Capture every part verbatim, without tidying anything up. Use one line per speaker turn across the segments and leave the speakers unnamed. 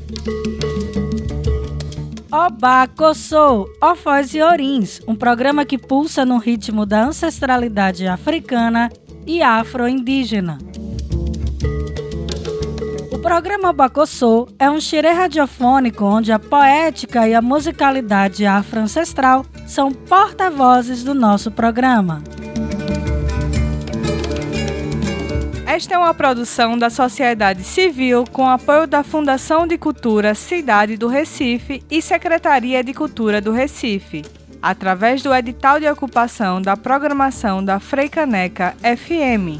Oba Kossou, Ofós e Orins, um programa que pulsa no ritmo da ancestralidade africana e afro-indígena. O programa Oba Kossou é um xirê radiofônico onde a poética e a musicalidade afro-ancestral são porta-vozes do nosso programa.
Esta é uma produção da sociedade civil com apoio da Fundação de Cultura Cidade do Recife e Secretaria de Cultura do Recife, através do edital de ocupação da programação da Freicaneca F M.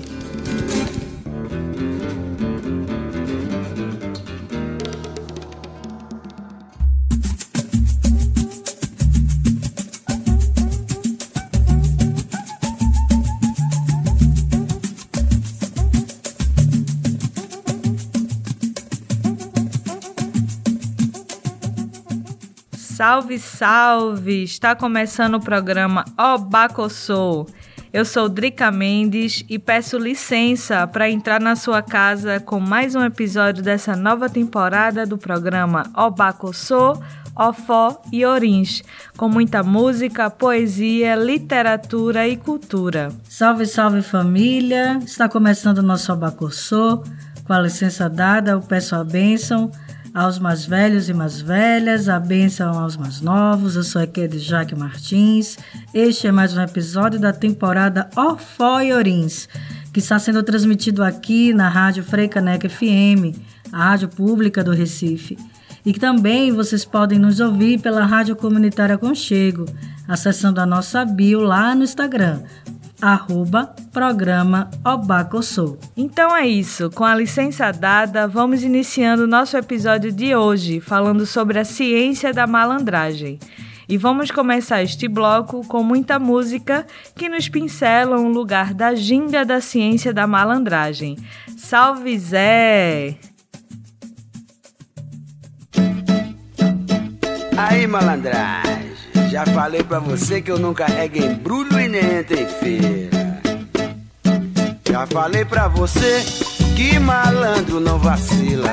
Salve, salve! Está começando o programa Oba Kossou. Eu sou Drica Mendes e peço licença para entrar na sua casa com mais um episódio dessa nova temporada do programa Oba Kossou, Ofó e Orins, com muita música, poesia, literatura e cultura.
Salve, salve família! Está começando o nosso Oba Kossou. Com a licença dada, eu peço a bênção aos mais velhos e mais velhas, a bênção aos mais novos. Eu sou aquele Jaque Martins. Este é mais um episódio da temporada Ofó e Orins, que está sendo transmitido aqui na Rádio Freicaneca F M, a rádio pública do Recife. E que também vocês podem nos ouvir pela Rádio Comunitária Conchego, acessando a nossa bio lá no Instagram, arroba programa Oba Kossou.
Então é isso, com a licença dada, vamos iniciando o nosso episódio de hoje, falando sobre a ciência da malandragem. E vamos começar este bloco com muita música que nos pincela um lugar da ginga da ciência da malandragem. Salve Zé!
Aí, malandragem, já falei pra você que eu não carrego embrulho e nem entro em feira. Já falei pra você que malandro não vacila.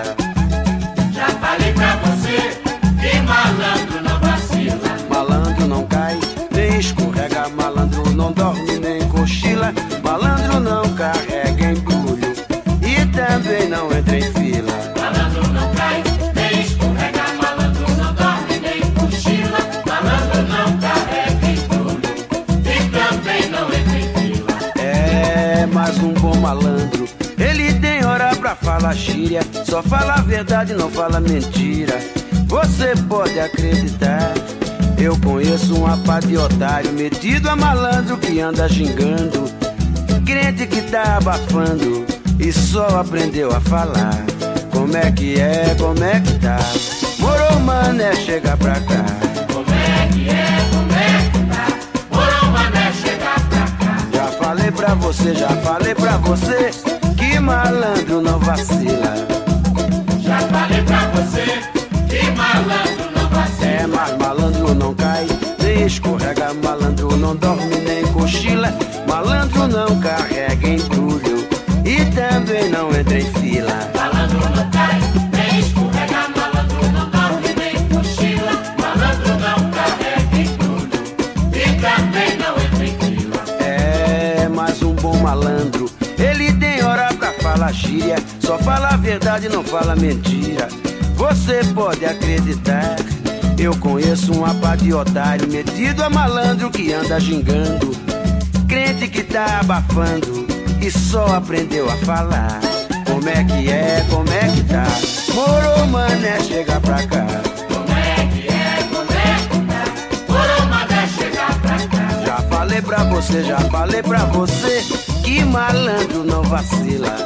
Já falei pra você que malandro não vacila.
Malandro não cai, nem escorrega. Malandro não dorme, nem cochila. Malandro não carrega embrulho e também não entra em fila.
Malandro não cai, nem escorrega. Malandro não dorme, nem cochila. Malandro não carrega embrulho e também não entra em fila.
É, mas um bom malandro, ele tem hora pra falar gíria. Só fala a verdade, não fala mentira. Você pode acreditar. Eu conheço um apá de otário metido a malandro que anda gingando, crente que tá abafando e só aprendeu a falar. Como é que é, como é que tá? Morou, mané, chega pra cá.
Como é que é, como é que tá? Morou, mané, chega pra cá.
Já falei pra você, já falei pra você que malandro não vacila.
Já falei pra você que malandro não vacila.
É, mas malandro não cai, nem escorrega. Malandro não dorme, nem cochila. Malandro não carrega embrulho e também não entra em fila.
Malandro não cai, nem escorrega. Malandro não dorme, nem cochila. Malandro não carrega embrulho e também não entra em fila.
É, mas um bom malandro, ele tem hora pra falar gíria. Só fala a verdade, não fala mentira. Você pode acreditar. Eu conheço um apá de otário metido a malandro que anda gingando, crente que tá abafando e só aprendeu a falar. Como é que é, como é que tá? Morou, mané, chega pra cá.
Como é que é, como é que tá? Morou, mané, chega pra cá.
Já falei pra você, já falei pra você que malandro não vacila.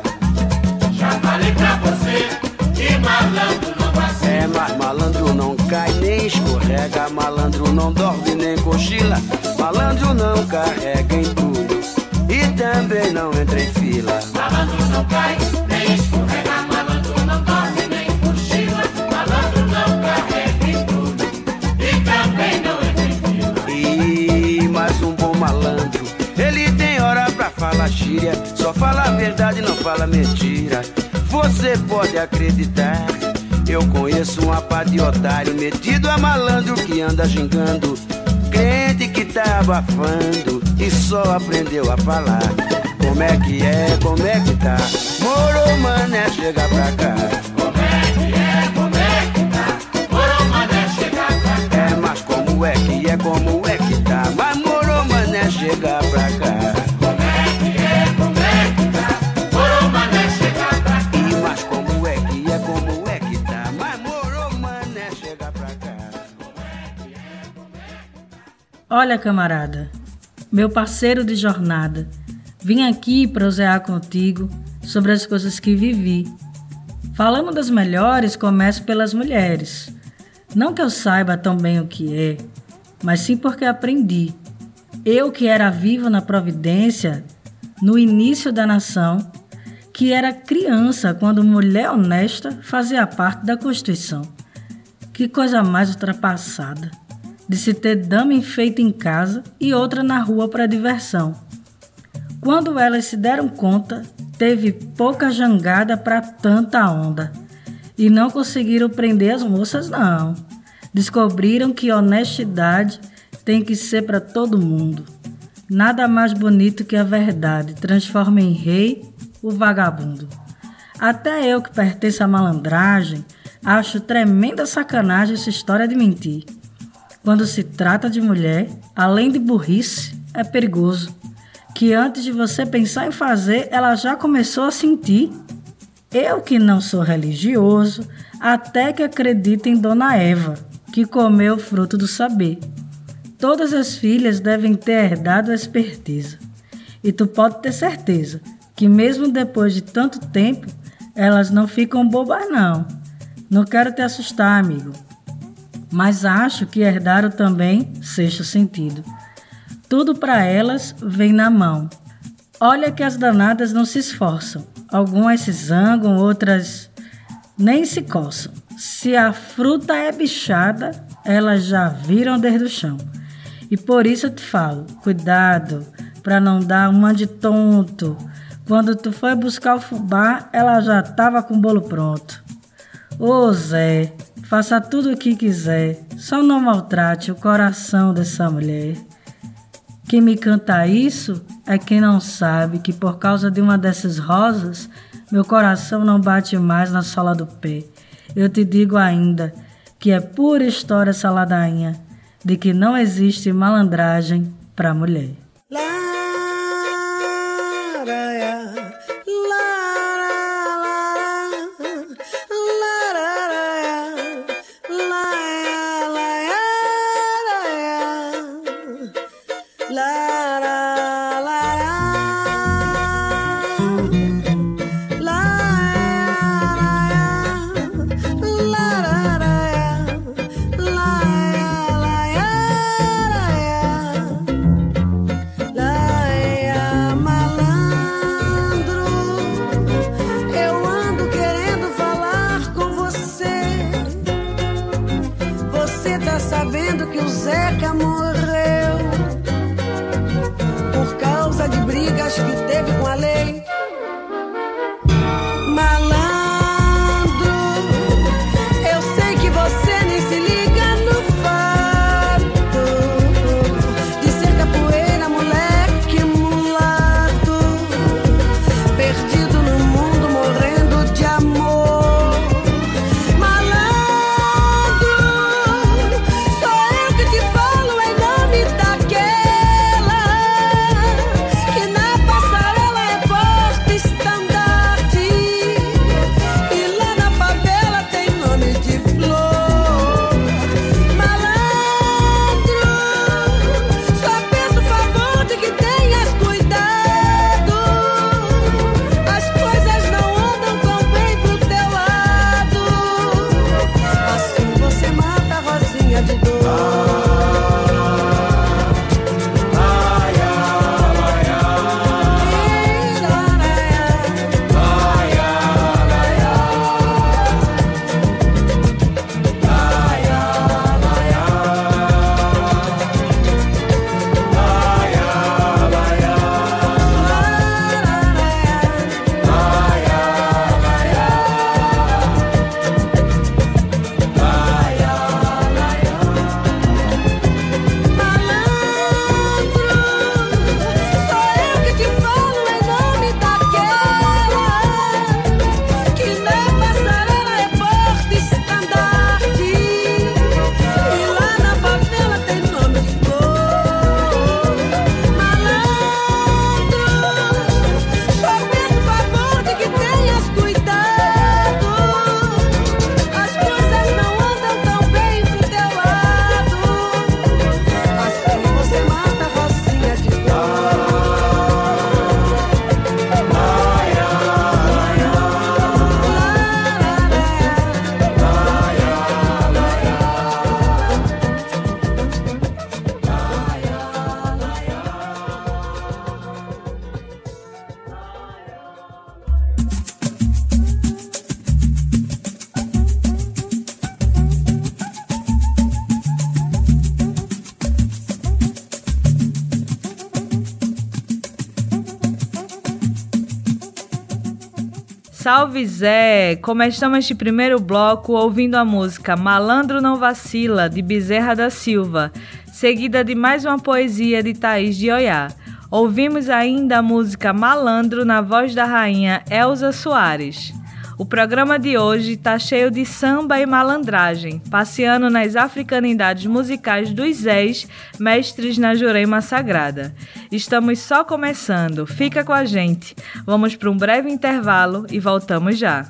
Já falei pra você que malandro não vacila.
É, mas malandro não cai, nem escorrega. Malandro não dorme, nem cochila. Malandro não carrega embrulho e também não entra em fila.
Malandro não cai, nem escorrega. Malandro não dorme, nem cochila. Malandro não carrega embrulho e também não entra em fila.
E mais um bom malandro, ele tem hora pra falar gíria. Só fala a verdade, não fala mentira. Você pode acreditar. Eu conheço uma pá de otário metido a malandro que anda gingando, crente que tá abafando e só aprendeu a falar. Como é que é, como é que tá? Moro, mané, chega pra cá.
Como é que é, como é que tá? Moro, mané, chega pra cá.
É, mas como é que é, como é que tá? Mas moro, mané, chega pra cá.
Como é que é, como é que tá? Moro, mané, chega pra cá.
E mas como é que é, como é que tá? Mas moro, mané, chega pra cá.
Olha, camarada, meu parceiro de jornada, vim aqui prosear contigo sobre as coisas que vivi. Falando das melhores, começo pelas mulheres. Não que eu saiba tão bem o que é, mas sim porque aprendi. Eu que era vivo na Providência, no início da nação, que era criança quando mulher honesta fazia parte da Constituição. Que coisa mais ultrapassada, de se ter dama enfeita em casa e outra na rua para diversão. Quando elas se deram conta, teve pouca jangada para tanta onda. E não conseguiram prender as moças, não. Descobriram que honestidade tem que ser para todo mundo. Nada mais bonito que a verdade transforma em rei o vagabundo. Até eu, que pertenço à malandragem, acho tremenda sacanagem essa história de mentir. Quando se trata de mulher, além de burrice, é perigoso. Que antes de você pensar em fazer, ela já começou a sentir. Eu que não sou religioso, até que acredito em Dona Eva, que comeu o fruto do saber. Todas as filhas devem ter herdado a esperteza. E tu pode ter certeza que mesmo depois de tanto tempo, elas não ficam bobas não. Não quero te assustar, amigo. Mas acho que herdaram também sexto sentido. Tudo para elas vem na mão. Olha que as danadas não se esforçam. Algumas se zangam, outras nem se coçam. Se a fruta é bichada, elas já viram desde o chão. E por isso eu te falo, cuidado para não dar uma de tonto. Quando tu foi buscar o fubá, ela já estava com o bolo pronto. Ô Zé, faça tudo o que quiser, só não maltrate o coração dessa mulher. Quem me canta isso é quem não sabe que por causa de uma dessas rosas, meu coração não bate mais na sola do pé. Eu te digo ainda que é pura história essa ladainha de que não existe malandragem pra mulher.
Malandro, sou eu que te falo em
Salve Zé! Começamos este primeiro bloco ouvindo a música Malandro Não Vacila, de Bezerra da Silva, seguida de mais uma poesia de Thaís de Oyá. Ouvimos ainda a música Malandro na voz da rainha Elza Soares. O programa de hoje está cheio de samba e malandragem, passeando nas africanidades musicais dos Zés, mestres na Jurema Sagrada. Estamos só começando, fica com a gente. Vamos para um breve intervalo e voltamos já.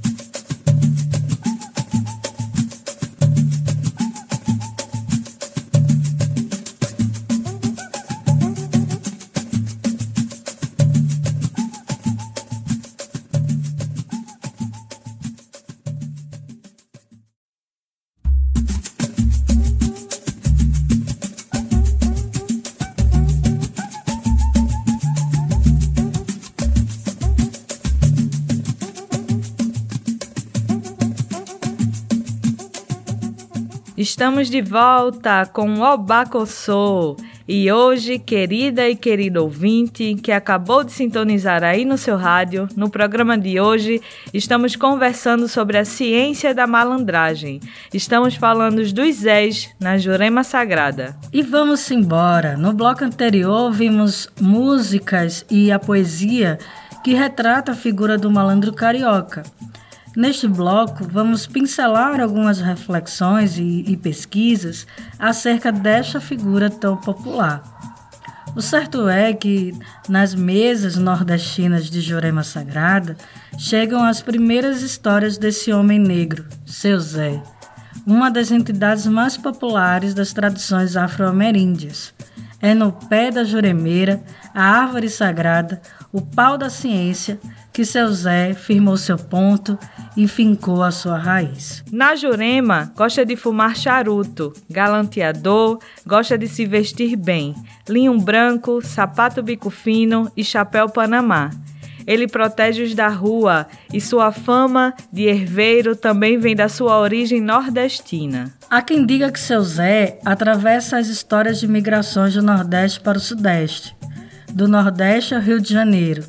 Estamos de volta com o Obacossô e hoje, querida e querido ouvinte que acabou de sintonizar aí no seu rádio, no programa de hoje estamos conversando sobre a ciência da malandragem. Estamos falando dos Zés na Jurema Sagrada.
E vamos embora. No bloco anterior ouvimos músicas e a poesia que retrata a figura do malandro carioca. Neste bloco, vamos pincelar algumas reflexões e, e pesquisas acerca desta figura tão popular. O certo é que, nas mesas nordestinas de Jurema Sagrada, chegam as primeiras histórias desse homem negro, Seu Zé, uma das entidades mais populares das tradições afro-ameríndias. É no pé da juremeira, a árvore sagrada, o pau da ciência, que Seu Zé firmou seu ponto e fincou a sua raiz.
Na Jurema, gosta de fumar charuto, galanteador, gosta de se vestir bem, linho branco, sapato bico fino e chapéu panamá. Ele protege os da rua e sua fama de herveiro também vem da sua origem nordestina.
Há quem diga que Seu Zé atravessa as histórias de migrações do Nordeste para o Sudeste, do Nordeste ao Rio de Janeiro.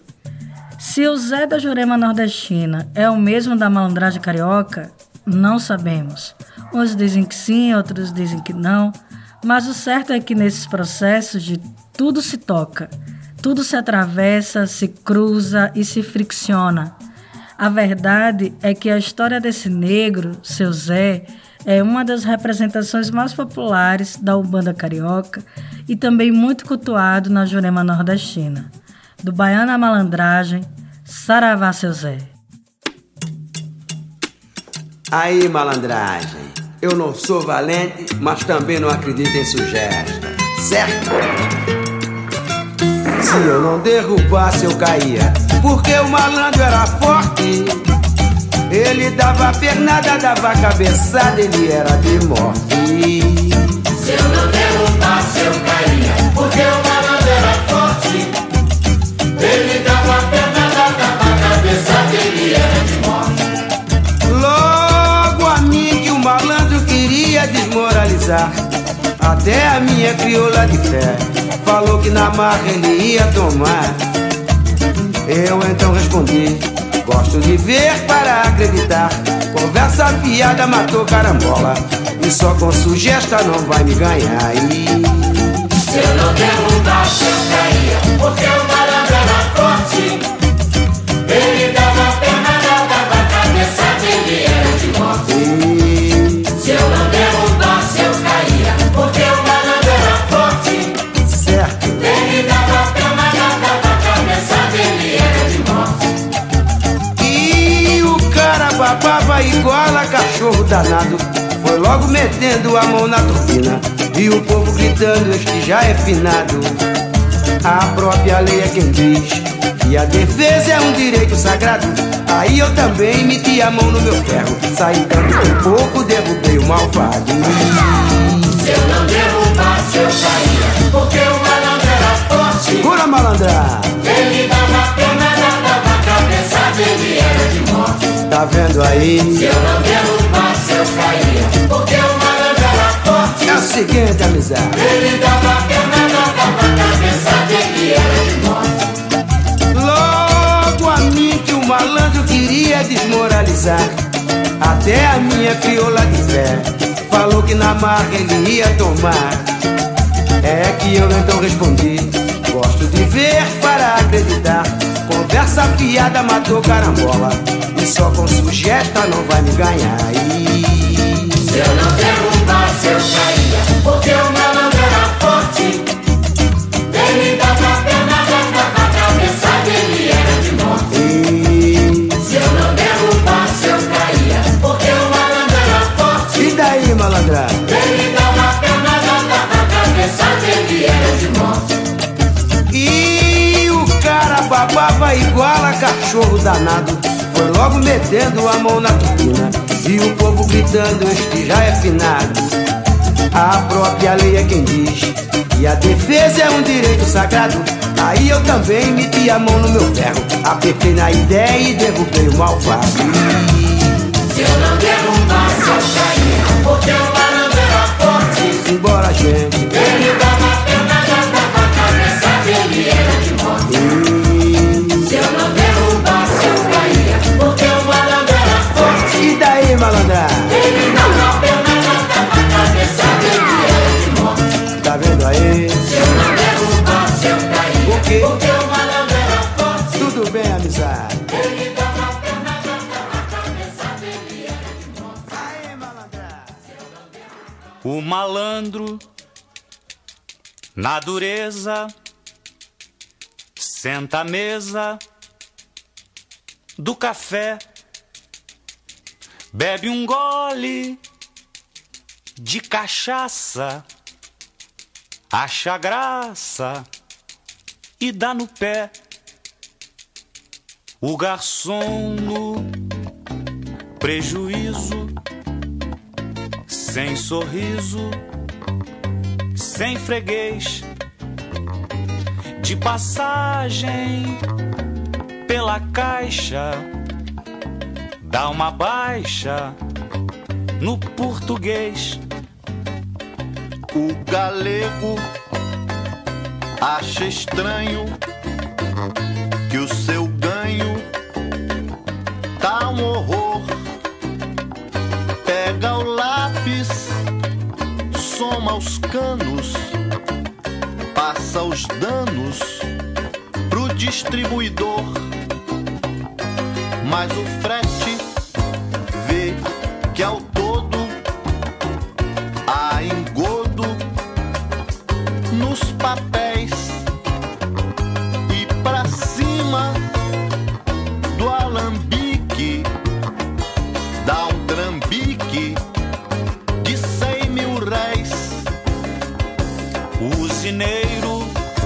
Se o Zé da Jurema nordestina é o mesmo da malandragem carioca, não sabemos. Uns dizem que sim, outros dizem que não, mas o certo é que nesses processos de tudo se toca, tudo se atravessa, se cruza e se fricciona. A verdade é que a história desse negro, Seu Zé, é uma das representações mais populares da Umbanda carioca e também muito cultuado na Jurema nordestina. Do baiano à malandragem, saravá Seu Zé.
Aí, malandragem, eu não sou valente, mas também não acredito em sugesta, certo? Se eu não derrubasse, eu caía, porque o malandro era forte. Ele dava pernada, dava cabeçada, ele era de morte.
Se eu não derrubasse, eu caía, porque o malandro era forte. Ele dava pernada, dava cabeçada, ele era de morte.
Logo a mim que o malandro queria desmoralizar, até a minha crioula de fé falou que na marra ele ia tomar. Eu então respondi: gosto de ver para acreditar. Conversa fiada matou carambola, e só com sugesta não vai me ganhar. E...
se eu não derrubasse, eu caía, porque o malandro era forte. Ele dava pernada, dava cabeçada, ele era de morte.
e...
Se eu não derrubasse, eu caía, porque o malandro era forte.
certo.
Ele dava pernada, dava cabeçada, ele era de morte.
E o cara babava igual a cachorro danado, foi logo metendo a mão na turbina, e o povo gritando: este já é finado. A própria lei é quem diz que a defesa é um direito sagrado. Aí eu também meti a mão no meu ferro, saí tanto por pouco, derrubei o malvado.
Se eu não derrubasse, eu caía, porque o malandro era forte.
Segura, malandra!
Ele dava pernada, dava cabeçada, ele era de morte.
Tá vendo aí?
Se eu não derrubasse, eu caía, porque o malandro era forte.
É o seguinte, amizade.
Ele dava pernada, dava cabeçada, ele era de morte.
Logo a mim que o malandro queria avisar. Até a minha crioula de fé falou que na marra ele ia tomar. É que eu então respondi: gosto de ver para acreditar. Conversa fiada matou carambola, e só com sujeta não vai me ganhar. E...
se eu não derrubasse eu caía, porque o malandro era forte. Ele dava a perna, dava a cabeça dele era de morte. E... se eu não derrubasse eu caía, porque o malandro era forte.
E daí, malandra?
Ele dava a perna, dava a cabeça dele era de morte.
E o cara babava igual a cachorro danado, foi logo metendo a mão na turbina, e o povo gritando: este já é finado. A própria lei é quem diz, e a defesa é um direito sagrado. Aí eu também meti a mão no meu ferro, apertei na ideia e derrubei o malvado.
Se eu não derrubasse eu caía, porque o malandro era forte.
Simbora, gente.
Ele dava a perna, dava a cabeça dele era de morte.
E...
se eu não derrubasse eu caía, porque o malandro era forte.
E daí, malandra?
Ele dava a perna, dava a cabeça dele era de morte.
Tá vendo aí?
Se eu não derrubasse eu caía,
Por quê?
porque o malandro era forte.
Tudo bem, amizade.
Ele dava a perna, dava a cabeça dele era de morte.
Aí, malandra.
O malandro, na dureza, senta à mesa do café, bebe um gole de cachaça, acha graça e dá no pé. O garçom no prejuízo, sem sorriso, sem freguês, de passagem pela caixa, dá uma baixa no português.
O galego acha estranho que o seu ganho tá um horror. Pega o lápis, soma os canos, passa os danos pro distribuidor. Mas o frete vê que ao todo há engodo nos papéis. E pra cima do alambique dá um trambique de cem mil réis.
O usineiro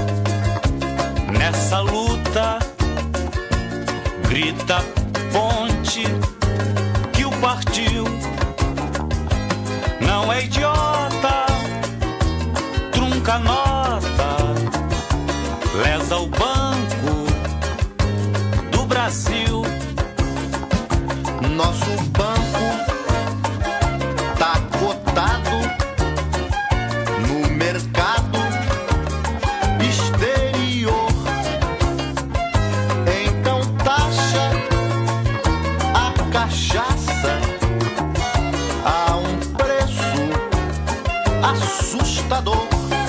nessa luta grita ponte que o partiu. Não é idiota, trunca nota, lesa o Banco do Brasil.
Nosso banco tá cotado no mercado exterior. Então taxa a cachaça a um preço assustador.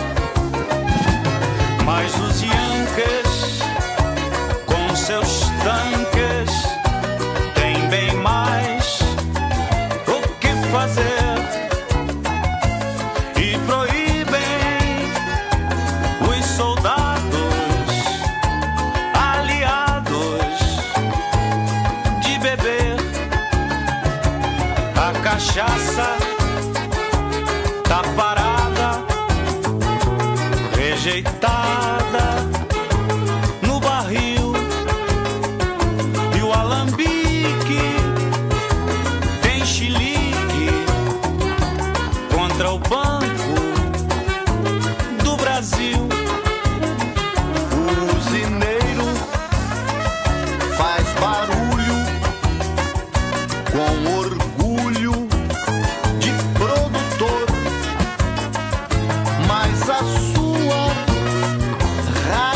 Mas os Yankees com seus tanques têm bem mais o que fazer e proíbem os soldados aliados de beber. A cachaça tá parada, rejeitada no barril, e o alambique tem chilique contra o Banco do Brasil.
O usineiro faz barulho com orgulho de produtor, mas a sua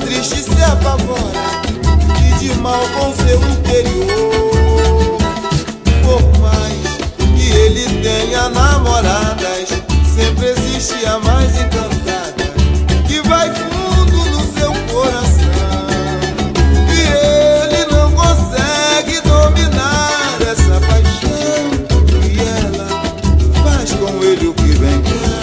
triste se apavora e de mal com seu interior. Por mais que ele tenha namoradas, sempre existe a mais encantada que vai fundo no seu coração, e ele não consegue dominar essa paixão, e ela faz com ele o que bem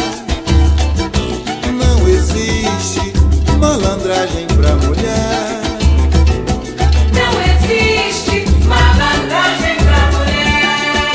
quer. Não existe malandragem pra mulher.
Não existe malandragem pra mulher.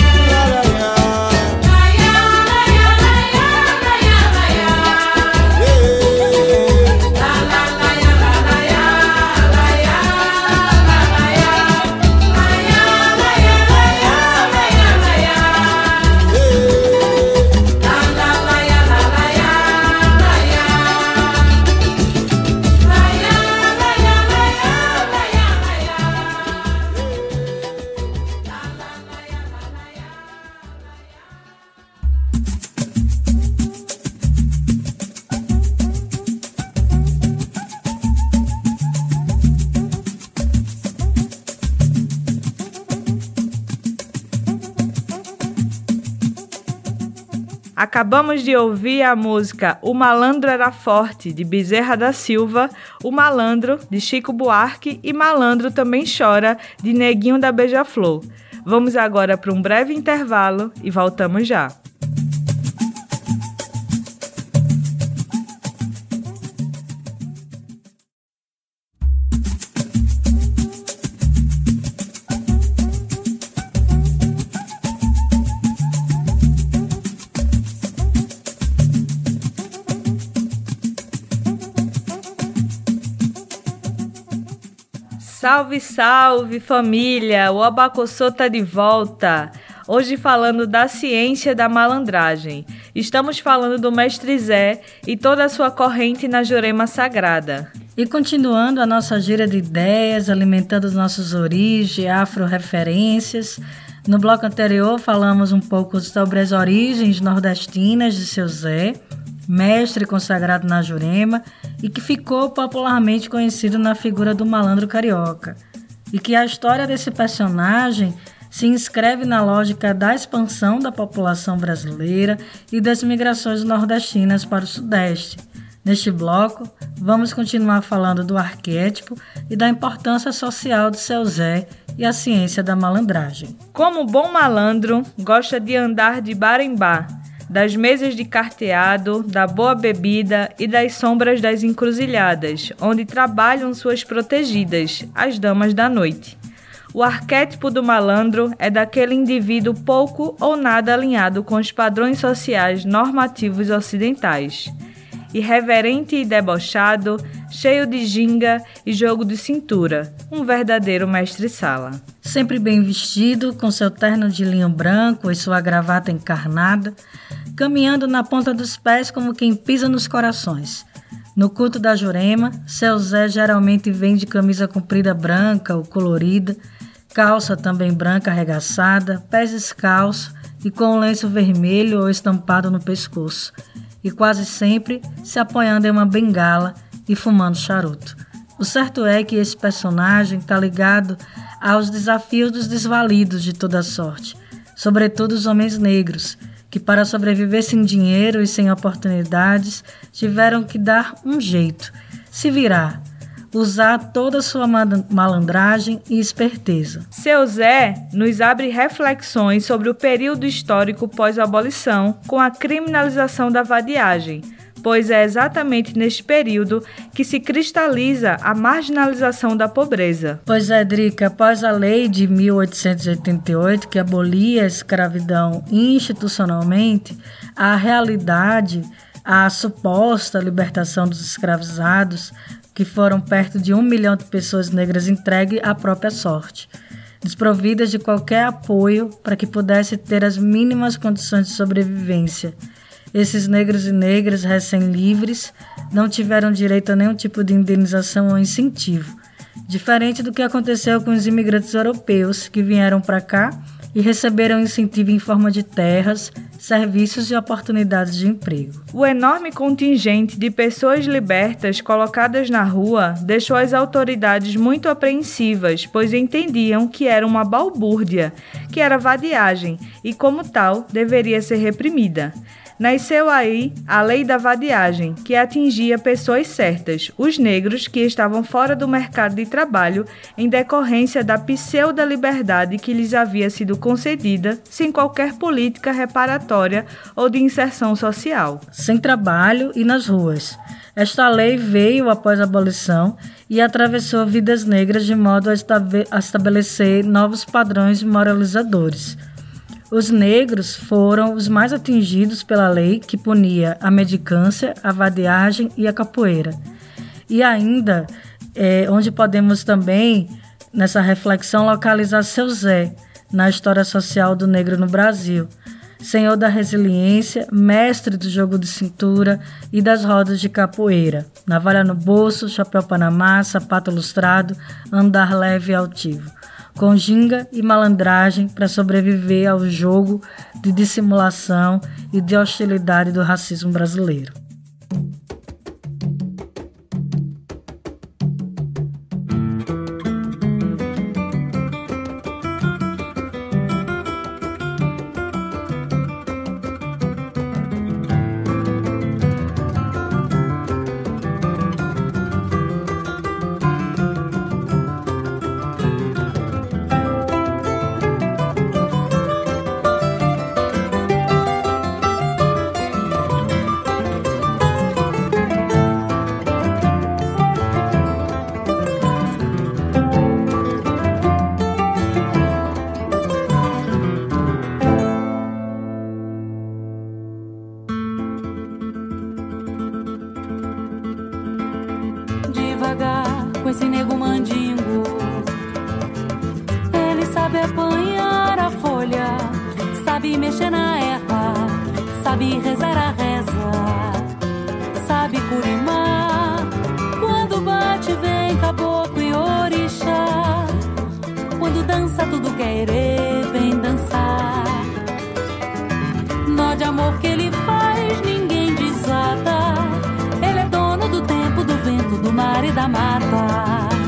Acabamos de ouvir a música O Malandro Era Forte, de Bezerra da Silva, O Malandro, de Chico Buarque e Malandro Também Chora, de Neguinho da Beija-Flor. Vamos agora para um breve intervalo e voltamos já. Salve, salve família! O Abacossô tá de volta! Hoje falando da ciência da malandragem. Estamos falando do Mestre Zé e toda a sua corrente na Jurema Sagrada.
E continuando a nossa gira de ideias, alimentando as nossas origens, afro-referências. No bloco anterior falamos um pouco sobre as origens nordestinas de seu Zé, mestre consagrado na Jurema e que ficou popularmente conhecido na figura do malandro carioca, e que a história desse personagem se inscreve na lógica da expansão da população brasileira e das migrações nordestinas para o Sudeste. Neste bloco, vamos continuar falando do arquétipo e da importância social de seu Zé e a ciência da malandragem.
Como bom malandro, gosta de andar de bar em bar, das mesas de carteado, da boa bebida e das sombras das encruzilhadas, onde trabalham suas protegidas, as damas da noite. O arquétipo do malandro é daquele indivíduo pouco ou nada alinhado com os padrões sociais normativos ocidentais. Irreverente e debochado, cheio de ginga e jogo de cintura, um verdadeiro mestre-sala.
Sempre bem vestido, com seu terno de linho branco e sua gravata encarnada, caminhando na ponta dos pés como quem pisa nos corações. No culto da Jurema, seu Zé geralmente vem de camisa comprida branca ou colorida, calça também branca arregaçada, pés descalços e com um lenço vermelho ou estampado no pescoço, e quase sempre se apoiando em uma bengala e fumando charuto. O certo é que esse personagem está ligado aos desafios dos desvalidos de toda sorte, sobretudo os homens negros, que para sobreviver sem dinheiro e sem oportunidades tiveram que dar um jeito, se virar, usar toda a sua malandragem e esperteza.
Seu Zé nos abre reflexões sobre o período histórico pós-abolição com a criminalização da vadiagem, pois é exatamente neste período que se cristaliza a marginalização da pobreza.
Pois é, Drica, após a lei de mil oitocentos e oitenta e oito, que abolia a escravidão institucionalmente, a realidade, a suposta libertação dos escravizados, que foram perto de um milhão de pessoas negras entregues à própria sorte, desprovidas de qualquer apoio para que pudesse ter as mínimas condições de sobrevivência. Esses negros e negras recém-livres não tiveram direito a nenhum tipo de indenização ou incentivo, diferente do que aconteceu com os imigrantes europeus que vieram para cá e receberam incentivo em forma de terras, serviços e oportunidades de emprego.
O enorme contingente de pessoas libertas colocadas na rua deixou as autoridades muito apreensivas, pois entendiam que era uma balbúrdia, que era vadiagem e, como tal, deveria ser reprimida. Nasceu aí a Lei da Vadiagem, que atingia pessoas certas, os negros que estavam fora do mercado de trabalho em decorrência da pseudo-liberdade que lhes havia sido concedida sem qualquer política reparatória ou de inserção social.
Sem trabalho e nas ruas. Esta lei veio após a abolição e atravessou vidas negras de modo a estabelecer novos padrões moralizadores. Os negros foram os mais atingidos pela lei que punia a mendicância, a vadiagem e a capoeira. E ainda, é, onde podemos também, nessa reflexão, localizar seu Zé, na história social do negro no Brasil. Senhor da resiliência, mestre do jogo de cintura e das rodas de capoeira. Navalha no bolso, chapéu panamá, sapato lustrado, andar leve e altivo. Com ginga e malandragem para sobreviver ao jogo de dissimulação e de hostilidade do racismo brasileiro.
Com esse nego mandingo, ele sabe apanhar a folha, sabe mexer na erva, sabe rezar a reza, sabe curimar. Quando bate vem caboclo e orixá, quando dança tudo querer vem dançar. Nó de amor que ele faz ninguém desata, ele é dono do tempo, do vento, do mar e da mata.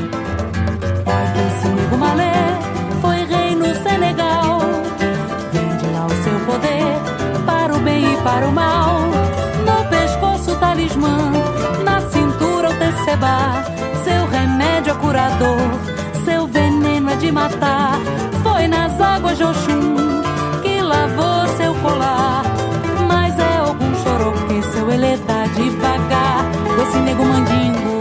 Esse nego malê foi rei no Senegal, vende lá o seu poder para o bem e para o mal. No pescoço o talismã, na cintura o tecebá, seu remédio é curador, seu veneno é de matar. Foi nas águas de Oxum que lavou seu colar, mas é algum chorou que seu ele dá devagar. Esse nego mandingo,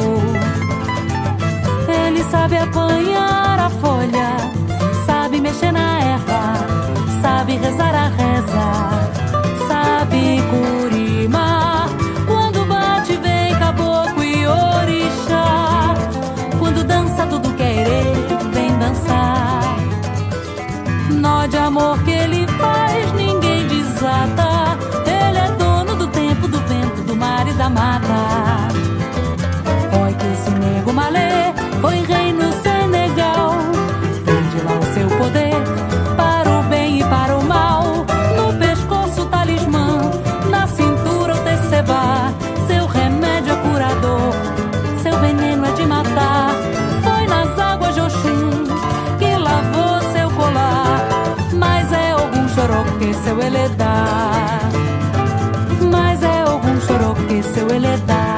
ele sabe apanhar a folha, sabe mexer na erva, sabe rezar a reza, sabe curimar. Quando bate vem caboclo e orixá, quando dança tudo querer vem dançar. Nó de amor que ele faz ninguém desata, ele é dono do tempo, do vento, do mar e da mata. Oi que esse nego malê foi rei no Senegal, vende lá o seu poder para o bem e para o mal. No pescoço o talismã, na cintura o tecebá, seu remédio é curador, seu veneno é de matar. Foi nas águas de Oxum que lavou seu colar, mas é algum chorou que seu ele dá, mas é algum chorou que seu ele dá,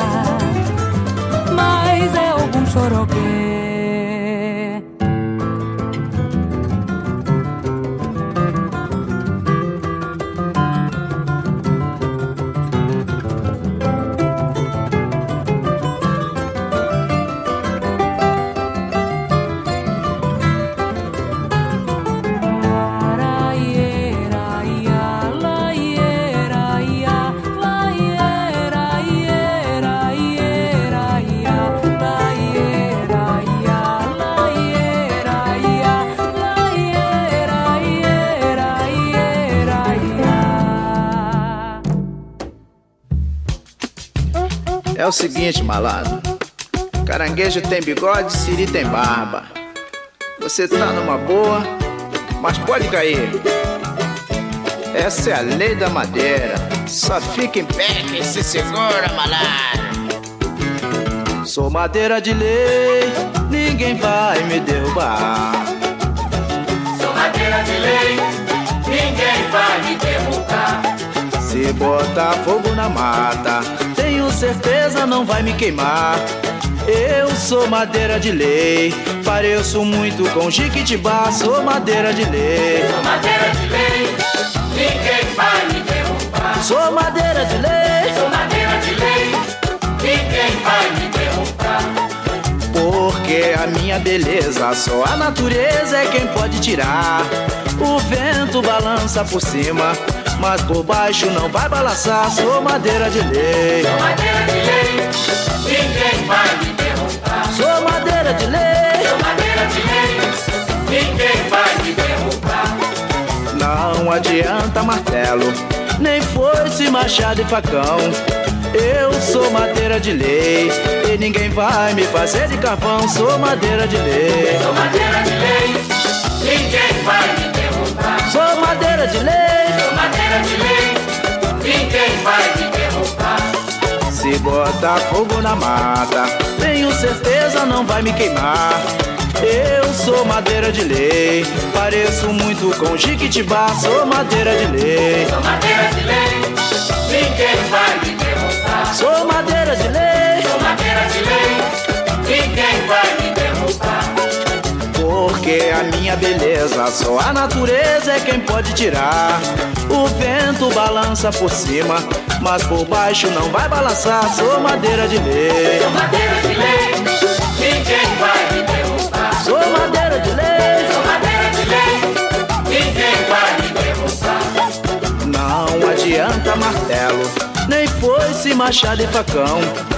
mas é algum chorou que.
É o seguinte, malandro, caranguejo tem bigode, siri tem barba. Você tá numa boa, mas pode cair. Essa é a lei da madeira. Só fica em pé quem se segura, malandro.
Sou madeira de lei, ninguém vai me derrubar.
Sou madeira de lei, ninguém vai me derrubar.
Se botar fogo na mata, tenho certeza não vai me queimar. Eu sou madeira de lei, pareço muito com Jiquitibá. Sou madeira de lei.
Sou madeira de lei, ninguém vai me derrubar.
Sou madeira de lei.
Sou madeira de lei, ninguém vai me derrubar.
Porque a minha beleza, só a natureza é quem pode tirar. O vento balança por cima, mas por baixo não vai balançar. Sou madeira de lei.
Sou madeira de lei, ninguém vai me derrubar.
Sou madeira de lei.
Sou madeira de lei, ninguém vai me derrubar.
Não adianta martelo, nem foice, machado e facão. Eu sou madeira de lei, e ninguém vai me fazer de carvão. Sou madeira de lei.
Sou madeira de lei, ninguém vai me derrubar.
Sou madeira de lei.
Sou madeira de lei, ninguém vai me derrubar.
Se botar fogo na mata, tenho certeza não vai me queimar. Eu sou madeira de lei, pareço muito com Jiquitibá. Sou madeira de lei.
Sou madeira de lei, ninguém vai me derrubar.
Sou madeira de lei.
Sou madeira de lei, ninguém vai me derrubar.
Porque a minha beleza, só a natureza é quem pode tirar. O vento balança por cima, mas por baixo não vai balançar. Sou madeira de lei.
Sou madeira de lei, ninguém vai me derrubar.
Sou madeira de lei.
Sou madeira de lei, ninguém vai me derrubar.
Não adianta martelo, nem foice, machado e facão.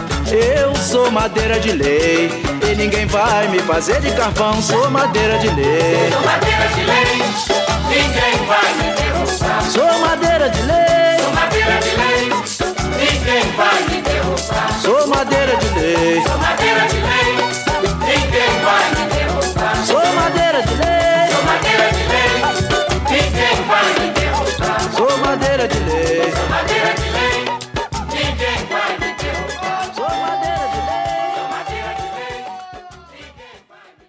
Eu sou madeira de lei, e ninguém vai me fazer de carvão. Sou madeira de lei.
Sou madeira de lei, ninguém vai me derrubar.
Sou madeira de lei.
Sou madeira de lei, ninguém vai me derrubar.
Sou madeira de lei.
Sou madeira de lei, ninguém vai me derrubar.
Sou madeira de lei.
Sou madeira de lei, ninguém vai me derrubar.
Sou madeira de lei.
Sou madeira de lei, ninguém vai me derrubar.
Sou madeira de lei.
Sou madeira de lei, ninguém vai me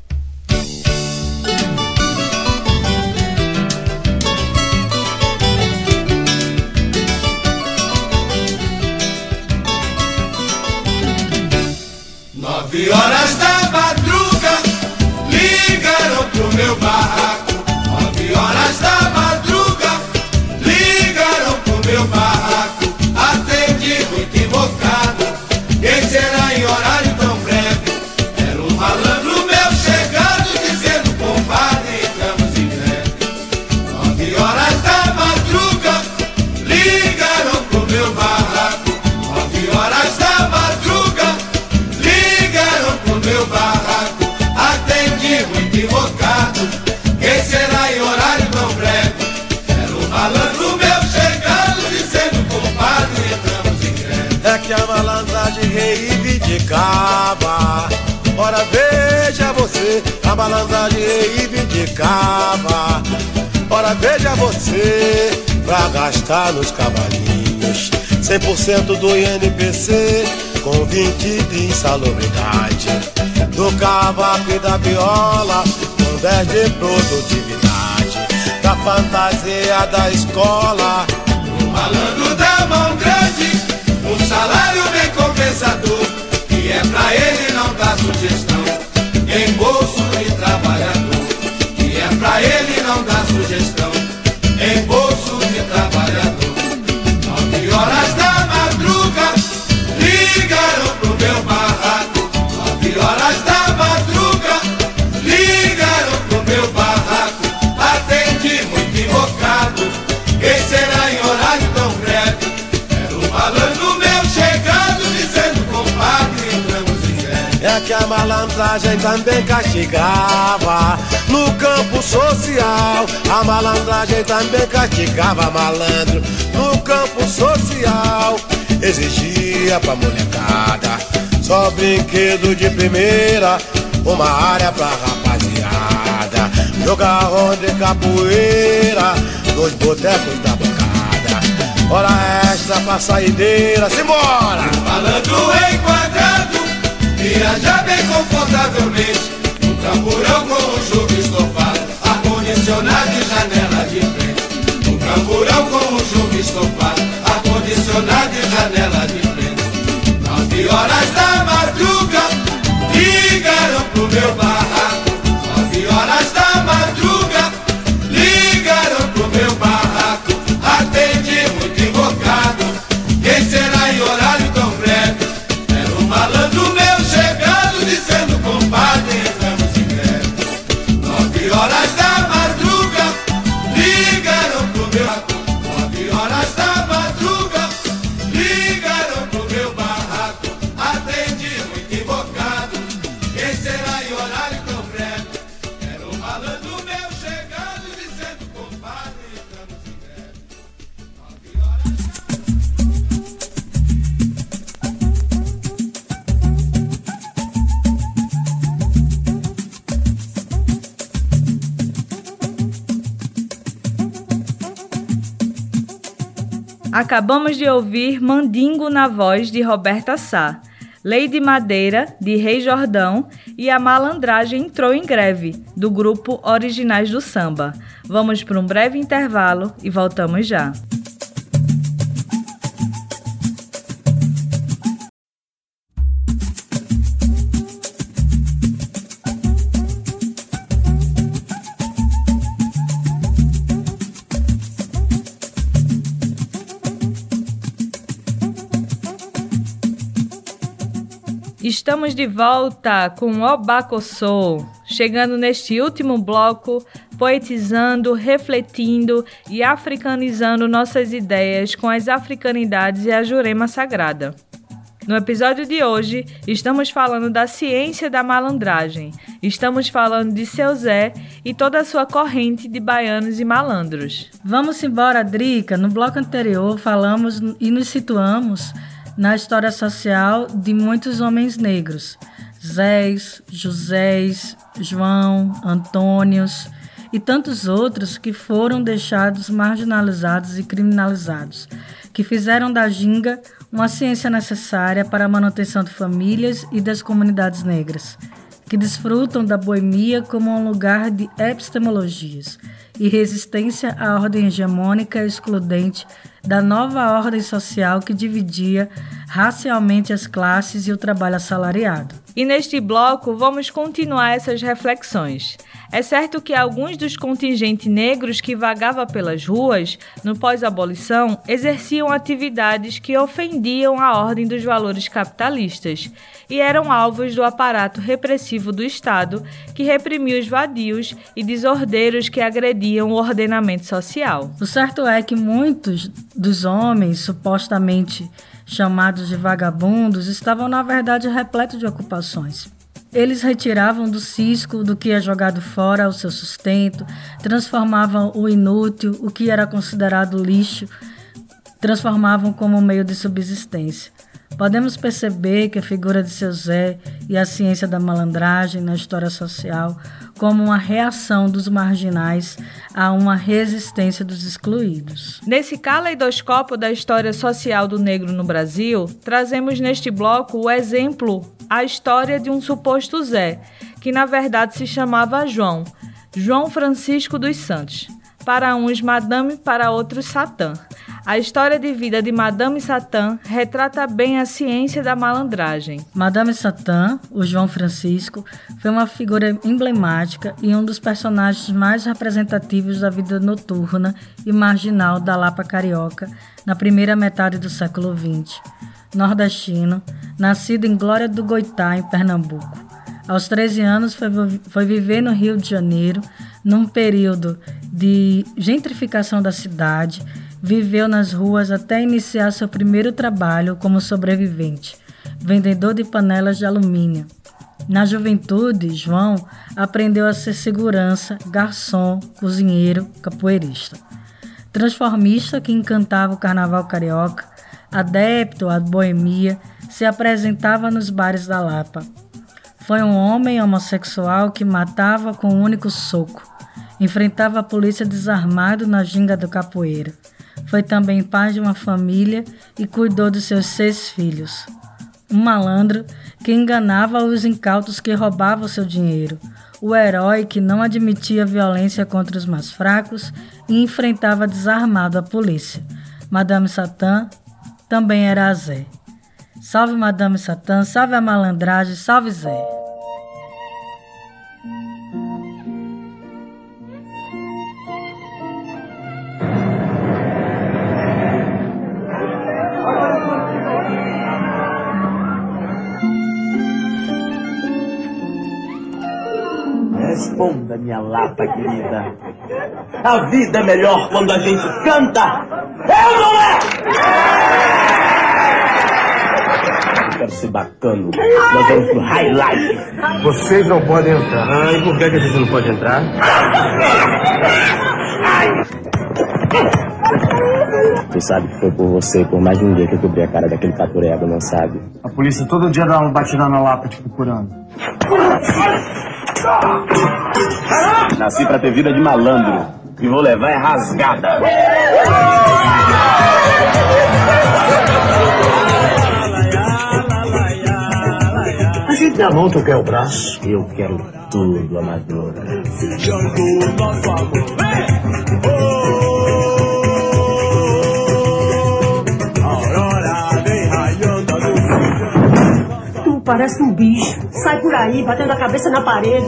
Nove horas da madruga, ligaram pro meu barraco. Nove horas da madruga, ligaram pro meu barraco. Atendi muito invocado, quem será em horário tão breve? Era um malandro meu chegado, dizendo: compadre, entramos em greve. Nove horas da madruga, ligaram pro meu barraco. Nove horas da madruga, ligaram pro meu barraco. Atendi muito invocado, quem será em horário tão breve? Era um malandro meu chegado, dizendo: compadre, entramos em greve. É que a malandragem reivindicava. Ora veja você, a malandragem reivindicava. Ora veja você, pra gastar nos cavalinhos cem por cento do I N P C, com vinte de insalubridade, do cavaco e da viola, com dez de produtividade, da fantasia da escola. O malandro da mão grande, um salário bem compensador, que é pra ele não dar sugestão, em bolso de trabalhador, que é pra ele não dar sugestão, em bolso de trabalhador. Nove horas da madruga, ligaram pro meu barraco. Nove horas da madruga, ligaram pro meu barraco. Atendi muito invocado, quem será em horário tão breve? Era um malandro meu chegado, dizendo: compadre, entramos em greve. É que a malandragem também castigava no campo social. A malandragem também castigava malandro no campo social. Exigia pra molecada só brinquedo de primeira, uma área pra rapaziada,
jogar roda de capoeira nos botecos da bancada. Hora extra pra saideira, simbora!
Malandro enquadrado, viaja bem confortavelmente, um camburão com um jogo estofado, ar-condicionado e janela de frente. Um camburão com um jogo estofado, ar-condicionado e janela de frente. Nove horas da madruga, ligaram pro meu barraco. Nove horas da madruga, ligaram pro meu barraco. Atendi muito invocado, quem será em horário tão breve? Era um malandro meu chegando, dizendo: compadre, entramos em greve. Nove horas da madruga, ligaram pro meu barraco. Nove horas da madruga, ligaram pro meu barraco. Atendi muito invocado, quem será em horário tão breve? Era um malandro meu chegando, dizendo: compadre, entramos em greve. Nove horas.
Acabamos de ouvir Mandingo na voz de Roberta Sá, Lei de Madeira, de Rei Jordão, e A Malandragem Entrou em Greve, do grupo Originais do Samba. Vamos para um breve intervalo e voltamos já. Estamos de volta com o Obacossô, chegando neste último bloco, poetizando, refletindo e africanizando nossas ideias com as africanidades e a Jurema Sagrada. No episódio de hoje, estamos falando da ciência da malandragem, estamos falando de Seu Zé e toda a sua corrente de baianos e malandros.
Vamos embora, Drica. No bloco anterior falamos e nos situamos na história social de muitos homens negros, Zés, Josés, João, Antônios e tantos outros que foram deixados marginalizados e criminalizados, que fizeram da ginga uma ciência necessária para a manutenção de famílias e das comunidades negras, que desfrutam da boemia como um lugar de epistemologias e resistência à ordem hegemônica e excludente da nova ordem social que dividia racialmente as classes e o trabalho assalariado.
E neste bloco vamos continuar essas reflexões. É certo que alguns dos contingentes negros que vagavam pelas ruas no pós-abolição exerciam atividades que ofendiam a ordem dos valores capitalistas e eram alvos do aparato repressivo do Estado, que reprimia os vadios e desordeiros que agrediam o ordenamento social.
O certo é que muitos dos homens supostamente chamados de vagabundos estavam na verdade repletos de ocupações. Eles retiravam do cisco do que é jogado fora o seu sustento, transformavam o inútil, o que era considerado lixo, transformavam como meio de subsistência. Podemos perceber que a figura de Seu Zé e a ciência da malandragem na história social como uma reação dos marginais a uma resistência dos excluídos.
Nesse caleidoscópio da história social do negro no Brasil, trazemos neste bloco o exemplo, a história de um suposto Zé, que na verdade se chamava João, João Francisco dos Santos. Para uns Madame, para outros Satã. A história de vida de Madame Satã retrata bem a ciência da malandragem.
Madame Satã, o João Francisco, foi uma figura emblemática e um dos personagens mais representativos da vida noturna e marginal da Lapa Carioca na primeira metade do século vinte. Nordestino, nascido em Glória do Goitá, em Pernambuco. Aos treze anos foi, foi viver no Rio de Janeiro, num período de gentrificação da cidade, viveu nas ruas até iniciar seu primeiro trabalho como sobrevivente, vendedor de panelas de alumínio. Na juventude, João aprendeu a ser segurança, garçom, cozinheiro, capoeirista. Transformista que encantava o carnaval carioca, adepto à boemia, se apresentava nos bares da Lapa. Foi um homem homossexual que matava com um único soco. Enfrentava a polícia desarmado na ginga do capoeira. Foi também pai de uma família e cuidou de seus seis filhos. Um malandro que enganava os incautos que roubavam seu dinheiro. O herói que não admitia violência contra os mais fracos e enfrentava desarmado a polícia. Madame Satã também era Zé. Salve Madame Satã, salve a malandragem, salve Zé.
Responda, minha lata querida. A vida é melhor quando a gente canta. É ou não é? Eu quero ser bacana. Nós vamos pro High Life.
Vocês não podem entrar.
Ah, e por que a gente não pode entrar? Tu sabe que foi por você, por mais ninguém que eu cobri a cara daquele catureba, não sabe?
A polícia todo dia dá uma batida na lapa te procurando.
Nasci pra ter vida de malandro e vou levar é rasgada.
A gente dá a mão, tu quer o braço?
Eu quero tudo, amadora.
Tu parece um bicho. Sai por aí, batendo a cabeça na parede.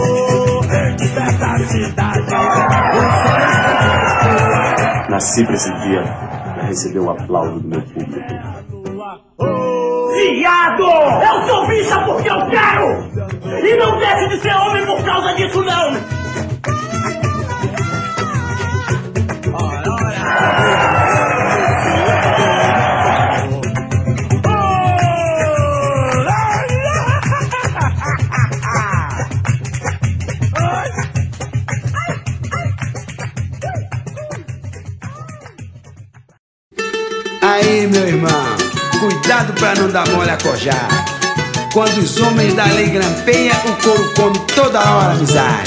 Nasci pra esse dia pra receber o aplauso do meu público.
Viado! Eu sou bicha porque eu quero! E não deixe de ser homem por causa disso, não!
Aí, meu irmão, cuidado pra não dar mole a cojar. Quando os homens da lei grampeiam, o couro come toda hora, amizade.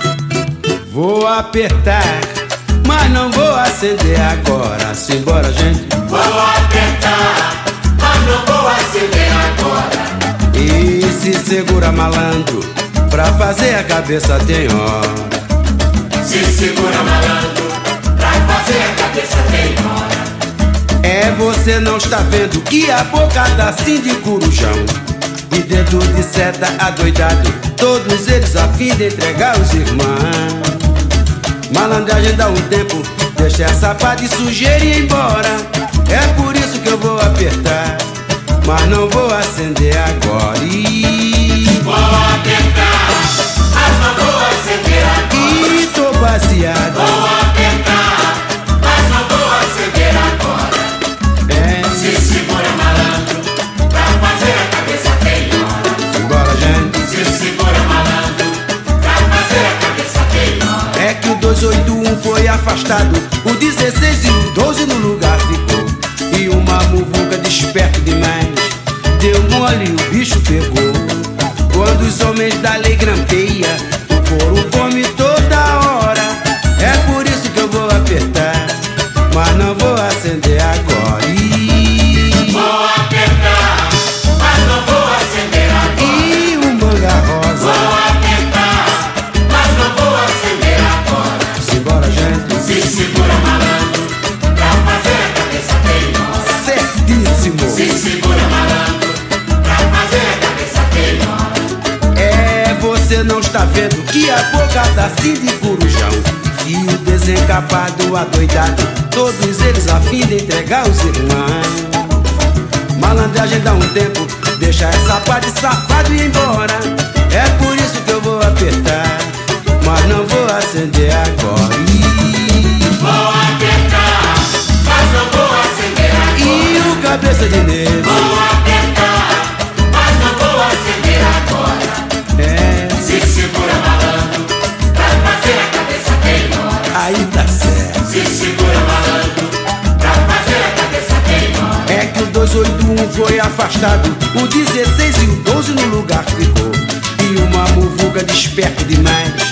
Vou apertar, mas não vou acender agora. Simbora, gente.
Vou apertar, mas não vou acender agora.
E se segura, malandro, pra fazer a cabeça tem hora.
Se segura, malandro, pra fazer a cabeça tem hora.
É, você não está vendo que a boca dá assim de corujão e dedo de seta adoidado, todos eles a fim de entregar os irmãos. Malandragem dá um tempo, deixa essa pá de sujeira e ir embora. É por isso que eu vou apertar, mas não vou acender agora. E...
Vou apertar, mas não vou acender agora.
E tô baseado.
Vou apertar, mas não vou acender agora. Se segura, malandro, pra fazer a cabeça tem hora.
Simbora, gente.
Se segura, malandro, pra fazer a cabeça tem hora.
É que o duzentos e oitenta e um foi afastado, o dezesseis e o doze no lugar ficou. E uma muvuca desperto demais deu mole e o bicho pegou. Quando os homens da lei grampeia, o couro come toda hora. É por isso que eu vou apertar, mas não vou acender agora. E...
Vou apertar, mas não vou acender agora.
E o manga rosa.
Vou apertar, mas não vou acender agora.
Simbora, gente.
Se segura, malandro, pra fazer a cabeça tem hora.
Certíssimo.
Se segura, malandro, pra fazer a cabeça tem hora.
É, você não está vendo que a boca tá assim de corujão e o desencapado adoidado, todos eles a fim de entregar os irmãos. Malandragem dá um tempo, deixa essa pá de safado ir embora. É por isso que eu vou apertar, mas não vou acender agora. E...
Vou apertar, mas não vou acender agora.
E o cabeça de negro.
Vou apertar, mas não vou acender agora.
É.
Se segura, malandro, pra fazer a cabeça tem hora.
Aí tá certo.
Se segura, malandro, pra fazer a cabeça tem hora.
É que o duzentos e oitenta e um foi afastado, o dezesseis e o doze no lugar ficou. E uma muvuca desperto demais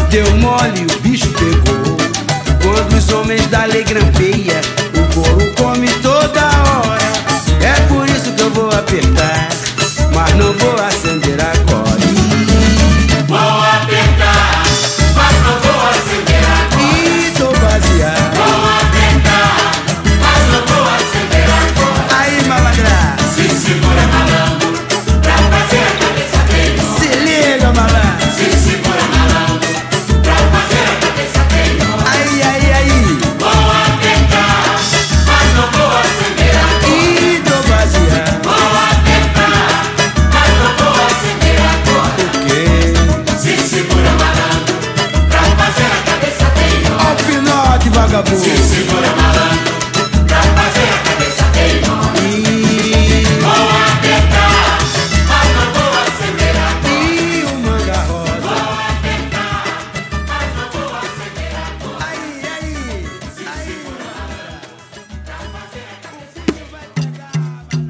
deu mole, o bicho pegou. Quando os homens da lei grampeia, o couro come toda hora. É por isso que eu vou apertar, mas não vou acender agora.
Vou apertar, mas não vou acender agora.
Ih, tô baseado.
Vou apertar, mas não vou acender agora.
Aí, malandra,
se segura, malandro, pra fazer a cabeça queimar.
Se liga, malandro,
se segura, malandro, pra fazer a cabeça queimar.
Aí, aí, aí.
Vou apertar, mas não vou acender agora.
Ih, tô baseado.
Vou apertar, mas não vou acender agora.
Por quê?
Se segura, malandro, pra fazer a cabeça queimar.
Ó o pinote, vagabundo.
Se segura, malandro, pra fazer a cabeça queimar. Vou apertar, mas não vou acender agora.
Ih, o manga rosa.
Vou apertar, mas não vou acender agora.
Aí, aí, aí.
Pra fazer a cabeça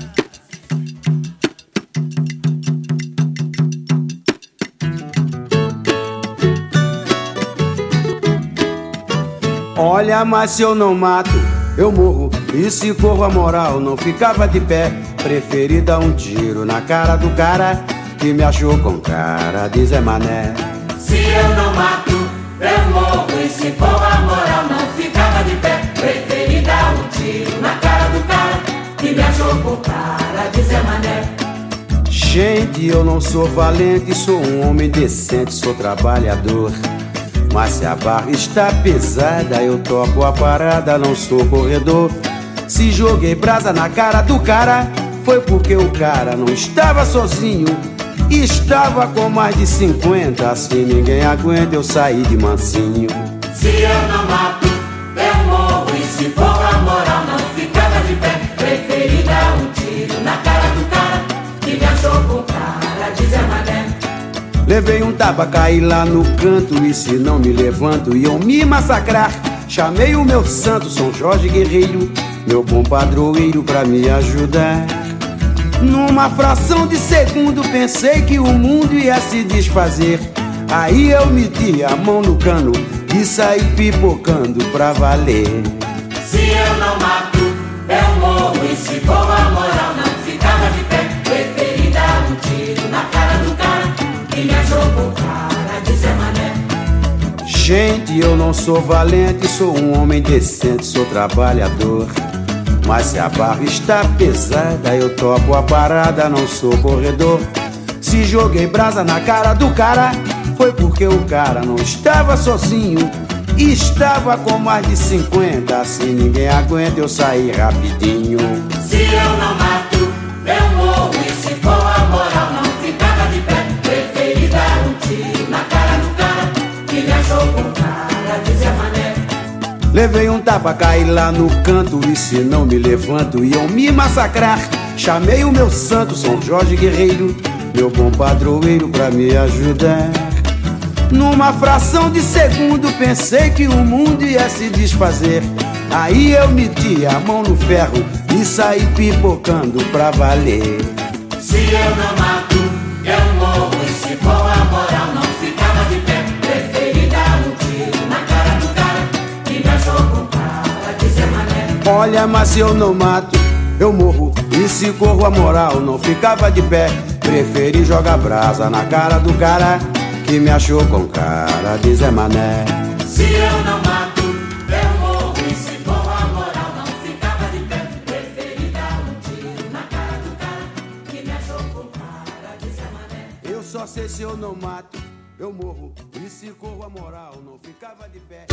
Olha, mas se eu não mato, eu morro. E se corro a moral, não ficava de pé. Preferi dar um tiro na cara do cara que me achou com cara de Zé Mané.
Se eu não mato, eu morro. E se for a moral, não ficava de pé. Preferi dar um tiro na cara do cara que me achou com cara de Zé Mané.
Gente, eu não sou valente, sou um homem decente, sou trabalhador. Mas se a barra está pesada, eu toco a parada, não sou corredor. Se joguei brasa na cara do cara, foi porque o cara não estava sozinho, estava com mais de cinquenta. Assim ninguém aguenta, eu saí de mansinho.
Se eu não mato, eu morro. E se for a moral, não ficava de pé. Preferi dar um tiro na cara do cara que me achou com cara de Zé Mané.
Levei um tapa, caí lá no canto, e se não me levanto iam me massacrar. Chamei o meu santo São Jorge Guerreiro, meu bom padroeiro, pra me ajudar. Numa fração de segundo pensei que o mundo ia se desfazer. Aí eu meti a mão no cano e saí pipocando pra valer.
Se eu não mato, eu morro. E se for a moral, não ficava de pé. Preferi dar um tiro na cara do cara que me achou com cara de Zé Mané.
Gente, eu não sou valente, sou um homem decente, sou trabalhador. Mas se a barra está pesada, eu topo a parada, não sou corredor. Se joguei brasa na cara do cara, foi porque o cara não estava sozinho, estava com mais de cinquenta. Assim ninguém aguenta, eu saí rapidinho.
Se eu não mato, eu morro. E se for a moral, não ficava de pé. Preferi dar um tiro na cara do cara que me achou com cara de Zé Mané.
Levei um tapa, caí lá no canto, e se não me levanto iam me massacrar. Chamei o meu santo São Jorge Guerreiro, meu bom padroeiro, pra me ajudar. Numa fração de segundo pensei que o mundo ia se desfazer. Aí eu meti a mão no ferro e saí pipocando pra valer.
Se eu não mato, eu morro. E se for a moral, não ficava de pé. Preferi dar um tiro na cara do cara que me achou com cara de Zé Mané.
Olha, mas se eu não mato, eu morro. E se corro a moral, não ficava de pé. Preferi jogar brasa na cara do cara que me achou com cara de Zé Mané.
Se eu não mato, eu morro. E se for a moral, não ficava de pé. Preferi dar um tiro na cara do cara que me achou com cara de Zé Mané.
Eu só sei se eu não mato, eu morro. E se corro a moral, não ficava de pé.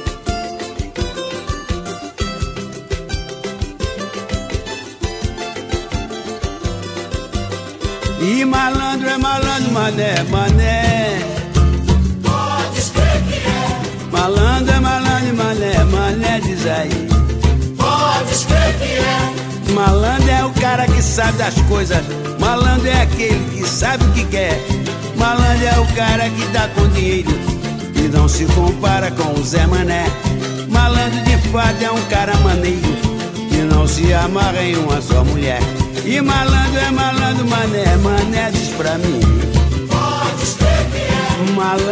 E malandro é malandro, mané, mané.
Pode escrever que é.
Malandro é malandro, mané, mané, diz aí.
Pode escrever que é.
Malandro é o cara que sabe das coisas. Malandro é aquele que sabe o que quer. Malandro é o cara que tá com dinheiro e não se compara com o Zé Mané. Malandro de fato é um cara maneiro que não se amarra em uma só mulher. E malandro é malandro, mané, mané, diz pra mim.
Pode escrever que é.
Malandro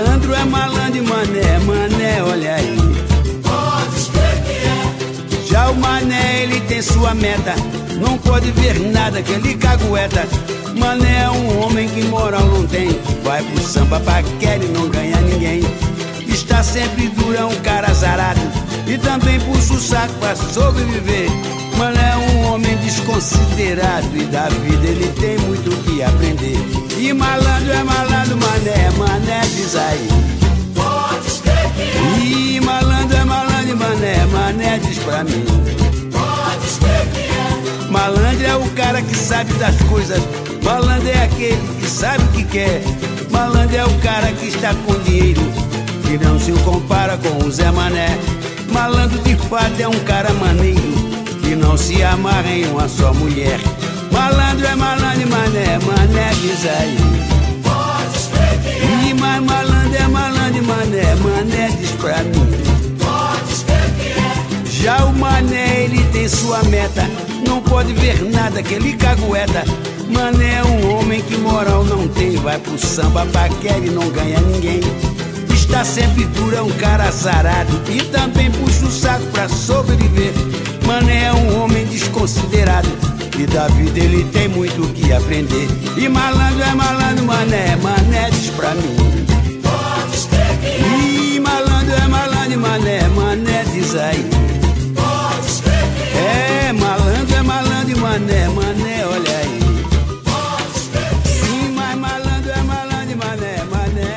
é malandro e mané, mané, olha aí.
Pode crer que é.
Já o mané, ele tem sua meta, não pode ver nada que ele cagueta. Mané é um homem que moral não tem, vai pro samba, paquera e não ganha ninguém. Está sempre duro, é um cara azarado e também puxa o saco pra sobreviver. Mané é um homem desconsiderado e da vida ele tem muito o que aprender. E malandro é malandro, mané, mané, diz aí.
Pode crer que é.
E malandro é malandro, mané, mané, diz pra mim.
Pode crer que é.
Malandro é o cara que sabe das coisas, malandro é aquele que sabe o que quer. Malandro é o cara que está com dinheiro, que não se compara com o Zé Mané. Malandro de fato é um cara maneiro, que não se amarra em uma só mulher. Malandro é malandro e mané, mané, diz aí.
Pode crer que é.
E mais malandro é malandro e mané, mané, diz pra mim.
Pode crer que é.
Já o mané, ele tem sua meta, não pode ver nada que ele cagueta. Mané é um homem que moral não tem, vai pro samba, paquera e não ganha ninguém. Está sempre duro, é um cara azarado e também puxa o saco pra sobreviver. Mané é um homem desconsiderado e da vida ele tem muito o que aprender. E malandro é malandro, mané, mané, diz pra mim.
Pode crer que é.
E malandro é malandro, mané, mané, diz aí.
Pode crer que é.
É, malandro é malandro e mané, mané, olha aí.
Pode crer que é.
Sim, mas malandro é malandro e mané, mané.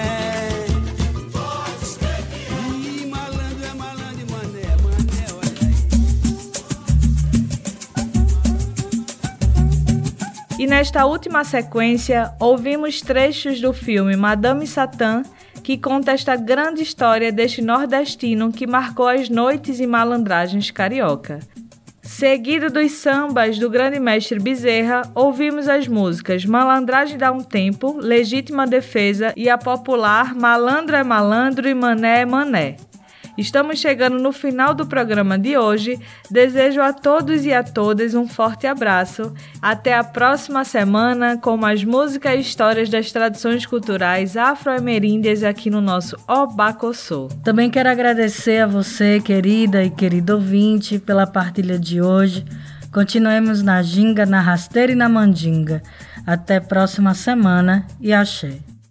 E nesta última sequência, ouvimos trechos do filme Madame Satã, que conta esta grande história deste nordestino que marcou as noites e malandragens carioca. Seguido dos sambas do grande mestre Bezerra, ouvimos as músicas Malandragem dá um Tempo, Legítima Defesa e a popular Malandro é Malandro e Mané é Mané. Estamos chegando no final do programa de hoje. Desejo a todos e a todas um forte abraço. Até a próxima semana com mais música e histórias das tradições culturais afro-ameríndias aqui no nosso Obacossô.
Também quero agradecer a você, querida e querido ouvinte, pela partilha de hoje. Continuemos na ginga, na rasteira e na mandinga. Até a próxima semana e axé.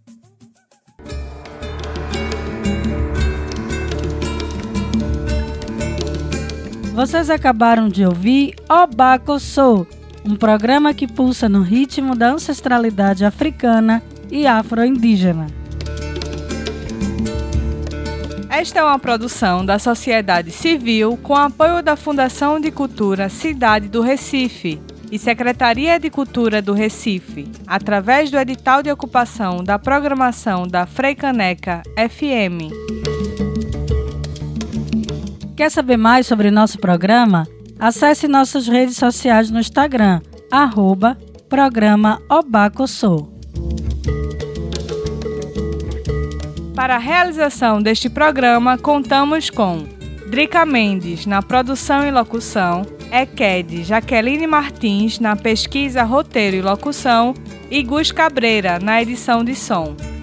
Vocês acabaram de ouvir Obacossô, um programa que pulsa no ritmo da ancestralidade africana e afro-indígena.
Esta é uma produção da sociedade civil com apoio da Fundação de Cultura Cidade do Recife e Secretaria de Cultura do Recife, através do edital de ocupação da programação da Freicaneca F M.
Quer saber mais sobre nosso programa? Acesse nossas redes sociais no Instagram, arroba Programa Obacossô.
Para a realização deste programa, contamos com Drica Mendes na produção e locução, Eked Jaqueline Martins na pesquisa, roteiro e locução e Gus Cabreira na edição de som.